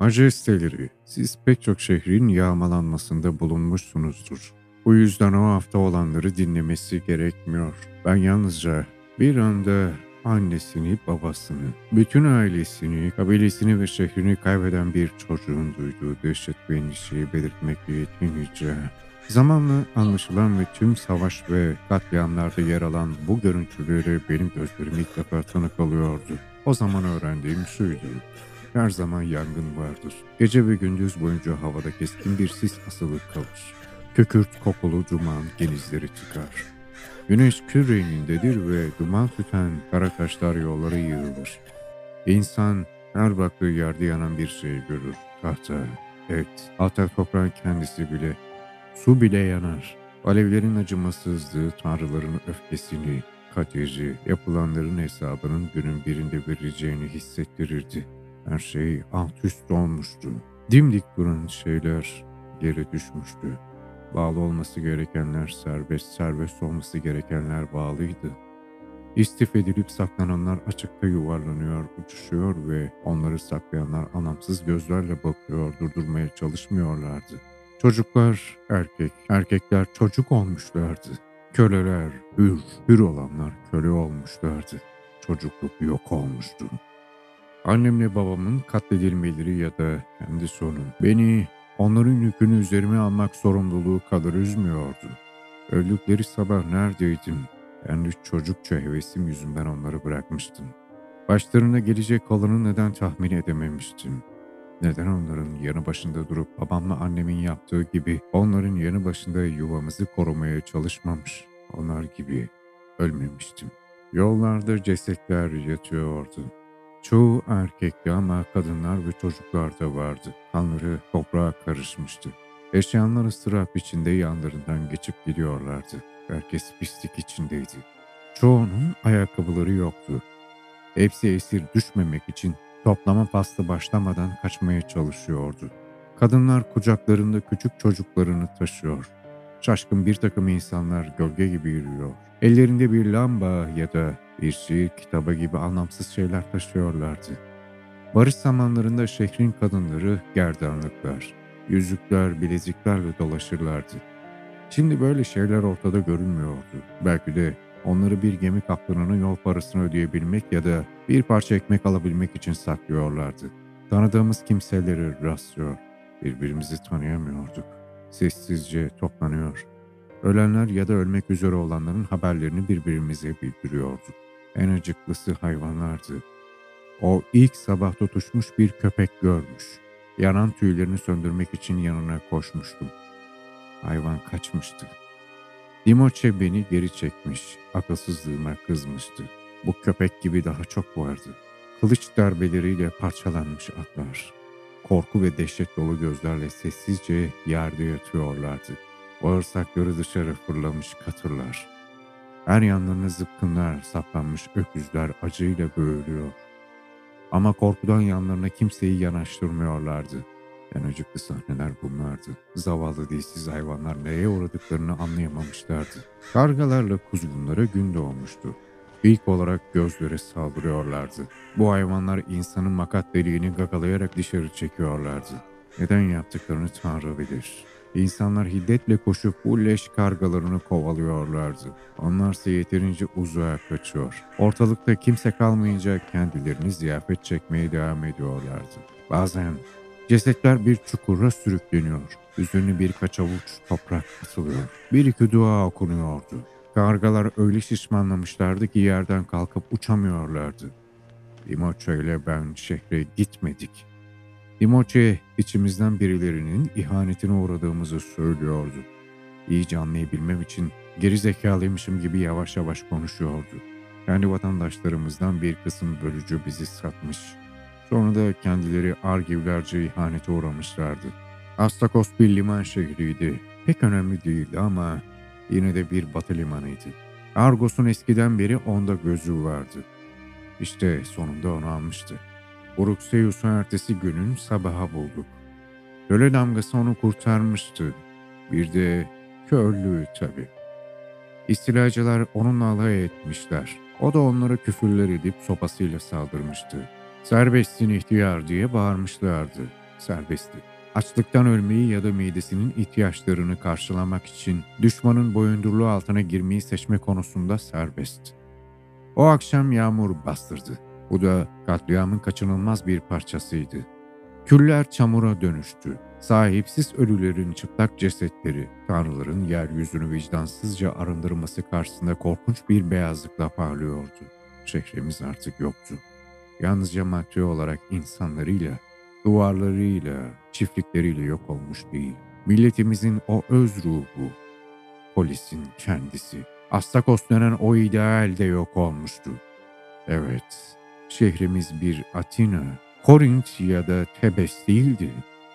Majesteleri, siz pek çok şehrin yağmalanmasında bulunmuşsunuzdur. Bu yüzden o hafta olanları dinlemesi gerekmiyor. Ben yalnızca bir anda annesini, babasını, bütün ailesini, kabilesini ve şehrini kaybeden bir çocuğun duyduğu dehşet ve endişeyi belirtmekle yetineceğim. Zamanla anlaşılan ve tüm savaş ve katliamlarda yer alan bu görüntülere benim gözlerim ilk defa tanık alıyordu. O zaman öğrendiğim şuydu: her zaman yangın vardır. Gece ve gündüz boyunca havada keskin bir sis asılı kalır. Kükürt kokulu duman genizleri çıkar. Güneş kül rengindedir ve duman tüten kara taşlar yollara yığılır. İnsan her baktığı yerde yanan bir şey görür. Tahta, et, hatta toprağın kendisi bile, su bile yanar. Alevlerin acımasızlığı, tanrıların öfkesini, kaderi, yapılanların hesabının günün birinde vereceğini hissettirirdi. Her şey alt üst olmuştu. Dimdik duran şeyler yere düşmüştü. Bağlı olması gerekenler serbest, serbest olması gerekenler bağlıydı. İstif edilip saklananlar açıkta yuvarlanıyor, uçuşuyor ve onları saklayanlar anlamsız gözlerle bakıyor, durdurmaya çalışmıyorlardı. Çocuklar erkek, erkekler çocuk olmuşlardı. Köleler hür, hür olanlar köle olmuşlardı. Çocukluk yok olmuştu. Annemle babamın katledilmeleri ya da kendi sonum beni onların yükünü üzerime almak sorumluluğu kadar üzmüyordu. Öldükleri sabah neredeydim? Kendi çocukça hevesim yüzünden onları bırakmıştım. Başlarına gelecek olanı neden tahmin edememiştim? Neden onların yanı başında durup babamla annemin yaptığı gibi onların yanı başında yuvamızı korumaya çalışmamış? Onlar gibi ölmemiştim. Yollarda cesetler yatıyordu. Çoğu erkekti ama kadınlar ve çocuklar da vardı. Kanları toprağa karışmıştı. Yaşayanlar ıstırap içinde yanlarından geçip gidiyorlardı. Herkes pislik içindeydi. Çoğunun ayakkabıları yoktu. Hepsi esir düşmemek için toplama faslı başlamadan kaçmaya çalışıyordu. Kadınlar kucaklarında küçük çocuklarını taşıyor. Şaşkın bir takım insanlar gölge gibi yürüyor. Ellerinde bir lamba ya da bir şiir kitabı gibi anlamsız şeyler taşıyorlardı. Barış zamanlarında şehrin kadınları gerdanlıklar, yüzükler, bileziklerle dolaşırlardı. Şimdi böyle şeyler ortada görünmüyordu. Belki de onları bir gemi kaptanının yol parasını ödeyebilmek ya da bir parça ekmek alabilmek için saklıyorlardı. Tanıdığımız kimseleri rastlıyor, birbirimizi tanıyamıyorduk. Sessizce toplanıyor. Ölenler ya da ölmek üzere olanların haberlerini birbirimize bildiriyorduk. En acıklısı hayvanlardı. O ilk sabah tutuşmuş bir köpek görmüş. Yanan tüylerini söndürmek için yanına koşmuştum. Hayvan kaçmıştı. Dimoçe beni geri çekmiş, akılsızlığıma kızmıştı. Bu köpek gibi daha çok vardı. Kılıç darbeleriyle parçalanmış atlar. Korku ve dehşet dolu gözlerle sessizce yerde yatıyorlardı. Bağırsakları dışarı fırlamış katırlar. Her yanlarına zıpkınlar, saplanmış öküzler acıyla böğürüyor. Ama korkudan yanlarına kimseyi yanaştırmıyorlardı. En acıklı sahneler bunlardı. Zavallı dilsiz hayvanlar neye uğradıklarını anlayamamışlardı. Kargalarla kuzgunlara gün doğmuştu. İlk olarak gözlere saldırıyorlardı. Bu hayvanlar insanın makat deliğini gagalayarak dışarı çekiyorlardı. Neden yaptıklarını Tanrı bilir. İnsanlar hiddetle koşup bu leş kargalarını kovalıyorlardı. Onlarsa yeterince uzağa kaçıyor. Ortalıkta kimse kalmayınca kendilerini ziyafet çekmeye devam ediyorlardı. Bazen cesetler bir çukura sürükleniyor. Üzerine birkaç avuç toprak atılıyor. Bir iki dua okunuyordu. Kargalar öyle şişmanlamışlardı ki yerden kalkıp uçamıyorlardı. Dimoço ile ben şehre gitmedik. Dimoçe içimizden birilerinin ihanetine uğradığımızı söylüyordu. İyice anlayabilmem için geri zekalıymışım gibi yavaş yavaş konuşuyordu. Kendi vatandaşlarımızdan bir kısım bölücü bizi satmış. Sonra da kendileri Argivlerce ihanete uğramışlardı. Astakos bir liman şehriydi. Pek önemli değildi ama yine de bir batı limanıydı. Argos'un eskiden beri onda gözü vardı. İşte sonunda onu almıştı. Uruxeus'u ertesi günün sabaha bulduk. Göle damgası onu kurtarmıştı. Bir de körlüğü tabii. İstilacılar onunla alay etmişler. O da onlara küfürler edip sopasıyla saldırmıştı. Serbestsin ihtiyar diye bağırmışlardı. serbestti. Açlıktan ölmeyi ya da midesinin ihtiyaçlarını karşılamak için düşmanın boyundurluğu altına girmeyi seçme konusunda serbest. O akşam yağmur bastırdı. Bu da katliamın kaçınılmaz bir parçasıydı. Küller çamura dönüştü. Sahipsiz ölülerin çıplak cesetleri, tanrıların yeryüzünü vicdansızca arındırması karşısında korkunç bir beyazlıkla parlıyordu. Şehrimiz artık yoktu. Yalnızca maddi olarak insanlarıyla, duvarlarıyla, çiftlikleriyle yok olmuş değil. Milletimizin o öz ruhu, polisin kendisi, Astakos denen o ideal de yok olmuştu. Evet, şehrimiz bir Atina, Korint ya da Tebes değildi.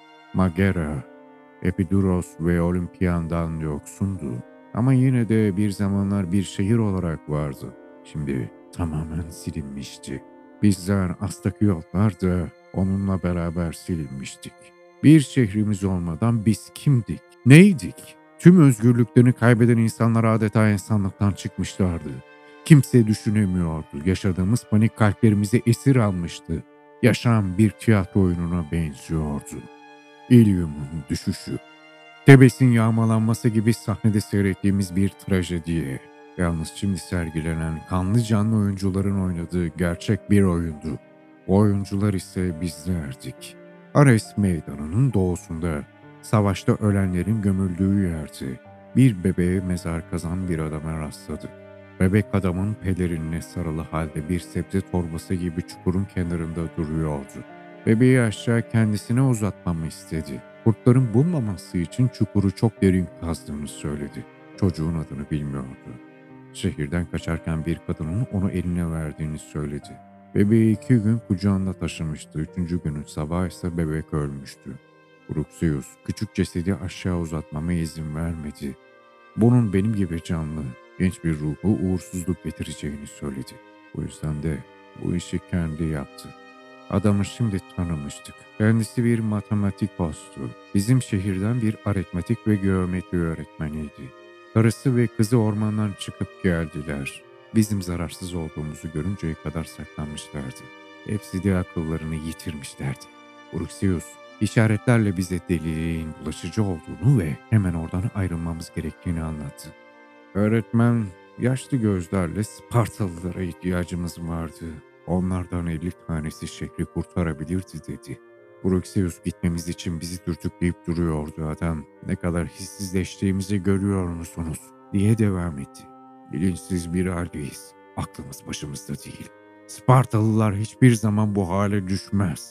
Magera, Epiduros ve Olimpiyan'dan yoksundu. Ama yine de bir zamanlar bir şehir olarak vardı. Şimdi tamamen silinmişti. Bizler Astakiyotlar da onunla beraber silinmiştik. Bir şehrimiz olmadan biz kimdik? Neydik? Tüm özgürlüklerini kaybeden insanlar adeta insanlıktan çıkmışlardı. Kimse düşünemiyordu. Yaşadığımız panik kalplerimizi esir almıştı. Yaşam bir tiyatro oyununa benziyordu. İlyum'un düşüşü, Tebes'in yağmalanması gibi sahnede seyrettiğimiz bir trajediye. Yalnız şimdi sergilenen kanlı canlı oyuncuların oynadığı gerçek bir oyundu. O oyuncular ise bizlerdik. Ares Meydanı'nın doğusunda, savaşta ölenlerin gömüldüğü yerde bir bebeğe mezar kazan bir adama rastladı. Bebek adamın pelerinine sarılı halde bir sebze torbası gibi çukurun kenarında duruyordu. Bebeği aşağı kendisine uzatmamı istedi. Kurtların bulmaması için çukuru çok derin kazdığını söyledi. Çocuğun adını bilmiyordu. Şehirden kaçarken bir kadının onu eline verdiğini söyledi. Bebeği 2 gün kucağında taşımıştı. 3. günün sabahı ise bebek ölmüştü. Bruxius küçük cesedi aşağı uzatmama izin vermedi. Bunun benim gibi canlı, genç bir ruhu uğursuzluk getireceğini söyledi. Bu yüzden de bu işi kendi yaptı. Adamı şimdi tanımıştık. Kendisi bir matematikostu. Bizim şehirden bir aritmetik ve geometri öğretmeniydi. Karısı ve kızı ormandan çıkıp geldiler. Bizim zararsız olduğumuzu görünceye kadar saklanmışlardı. Hepsi de akıllarını yitirmişlerdi. Bruxius, işaretlerle bize deliliğin bulaşıcı olduğunu ve hemen oradan ayrılmamız gerektiğini anlattı. Öğretmen, yaşlı gözlerle Spartalılara ihtiyacımız vardı. Onlardan 50 tanesi şehri kurtarabilirdi dedi. Bruxius gitmemiz için bizi dürtükleyip duruyordu adam. Ne kadar hissizleştiğimizi görüyor musunuz? Diye devam etti. Bilinçsiz bir haldeyiz. Aklımız başımızda değil. Spartalılar hiçbir zaman bu hale düşmez.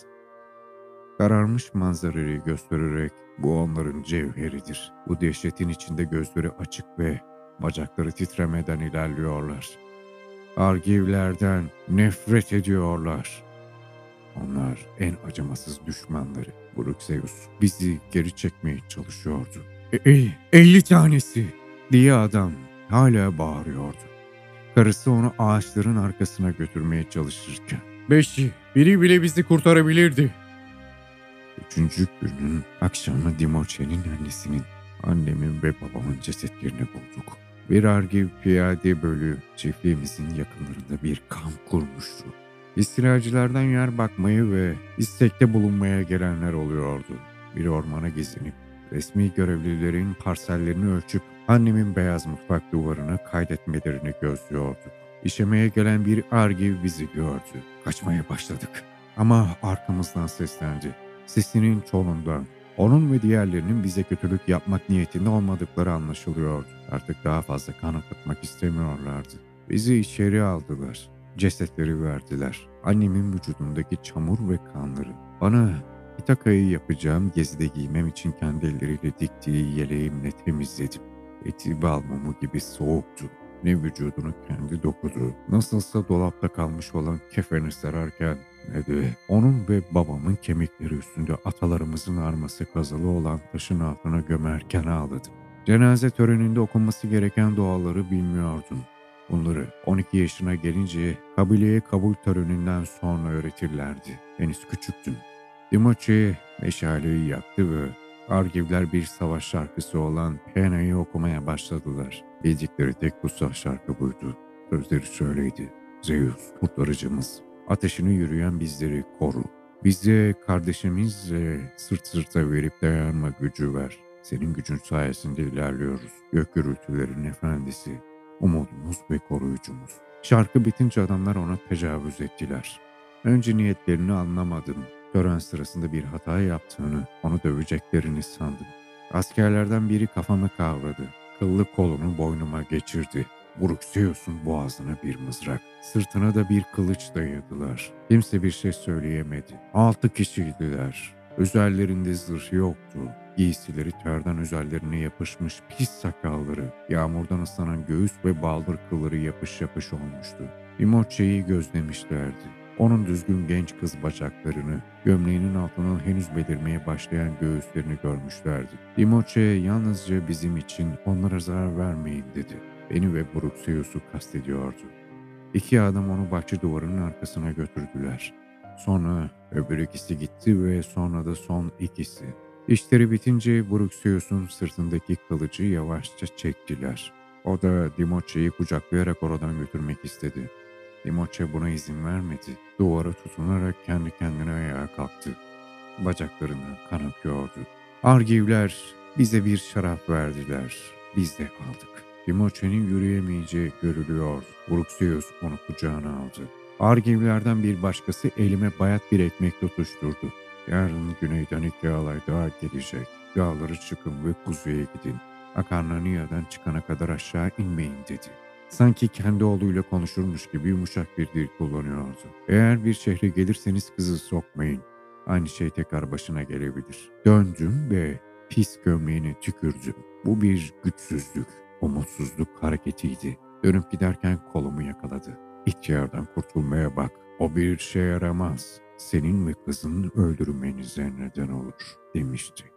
Kararmış manzarayı göstererek bu onların cevheridir. Bu dehşetin içinde gözleri açık ve bacakları titremeden ilerliyorlar. Argivlerden nefret ediyorlar. Onlar en acımasız düşmanları. Bruxius bizi geri çekmeye çalışıyordu. 50 tanesi diye adam hala bağırıyordu. Karısı onu ağaçların arkasına götürmeye çalışırken. 5'i, biri bile bizi kurtarabilirdi. 3. günün akşamı Dimoce'nin annesinin, annemin ve babamın cesetlerini bulduk. Bir Argiv piyade bölüğü çiftliğimizin yakınlarında bir kamp kurmuştu. İstilacılardan yer bakmayı ve istekte bulunmaya gelenler oluyordu. Bir ormana gezinip resmi görevlilerin parsellerini ölçüp annemin beyaz mutfak duvarına kaydetmelerini gözlüyorduk. İşemeye gelen bir Argiv bizi gördü. Kaçmaya başladık. Ama arkamızdan seslendi. Sesinin tonundan onun ve diğerlerinin bize kötülük yapmak niyetinde olmadıkları anlaşılıyordu. Artık daha fazla kan akıtmak istemiyorlardı. Bizi içeri aldılar. Cesetleri verdiler. Annemin vücudundaki çamur ve kanları. Bana İtaka'yı yapacağım gezide giymem için kendi elleriyle diktiği yeleğimle temizledim. Eti bal mumu gibi soğuktu. Ne vücudunu kendi dokudu, nasılsa dolapta kalmış olan kefeni sararken ne de onun ve babamın kemikleri üstünde atalarımızın arması kazılı olan taşın altına gömerken ağladım. Cenaze töreninde okunması gereken duaları bilmiyordum. Bunları 12 yaşına gelince kabileye kabul töreninden sonra öğretirlerdi. Henüz küçüktüm. Dimoce meşaleyi yaktı ve Argivler bir savaş şarkısı olan Pena'yı okumaya başladılar. Bildikleri tek kutsal şarkı buydu. Sözleri şöyleydi. Zeus, kurtarıcımız, ateşini yürüyen bizleri koru. Bize kardeşimizle sırt sırta verip dayanma gücü ver. Senin gücün sayesinde ilerliyoruz. Gök gürültülerin efendisi, umudumuz ve koruyucumuz. Şarkı bitince adamlar ona tecavüz ettiler. Önce niyetlerini anlamadım. Tören sırasında bir hata yaptığını, onu döveceklerini sandım. Askerlerden biri kafamı kavradı. Kıllı kolunu boynuma geçirdi. Bruxius'un boğazına bir mızrak, sırtına da bir kılıç dayadılar. Kimse bir şey söyleyemedi. 6 kişiydiler. Üzerlerinde zırh yoktu. Giysileri terden üzerlerine yapışmış pis sakalları, yağmurdan ıslanan göğüs ve baldır kılları yapış yapış olmuştu. Imoce'yi gözlemişlerdi. Onun düzgün genç kız bacaklarını, gömleğinin altından henüz belirmeye başlayan göğüslerini görmüşlerdi. Imoce yalnızca bizim için onlara zarar vermeyin dedi. Beni ve Bruxius'u kastediyordu. 2 adam onu bahçe duvarının arkasına götürdüler. Sonra öbür ikisi gitti ve sonra da son ikisi. İşleri bitince Bruxius'un sırtındaki kılıcı yavaşça çektiler. O da Dimoce'yi kucaklayarak oradan götürmek istedi. Dimoce buna izin vermedi. Duvara tutunarak kendi kendine ayağa kalktı. Bacaklarından kan akıyordu. Argivler bize bir şarap verdiler. Biz de kaldık. Timoçe'nin yürüyemeyeceği görülüyor. Bruxius onu kucağına aldı. Argivlerden bir başkası elime bayat bir ekmek tutuşturdu. Yarın güneyden 2 alay daha gelecek. Dağları çıkın ve kuzeye gidin. Akarnaniya'dan çıkana kadar aşağı inmeyin dedi. Sanki kendi oğluyla konuşurmuş gibi yumuşak bir dil kullanıyordu. Eğer bir şehre gelirseniz kızı sokmayın. Aynı şey tekrar başına gelebilir. Döndüm ve pis gömleğine tükürdüm. Bu bir güçsüzlük, umutsuzluk hareketiydi. Dönüp giderken kolumu yakaladı. İhtiyardan kurtulmaya bak. O bir işe yaramaz. Senin ve kızın öldürmenize neden olur demişti.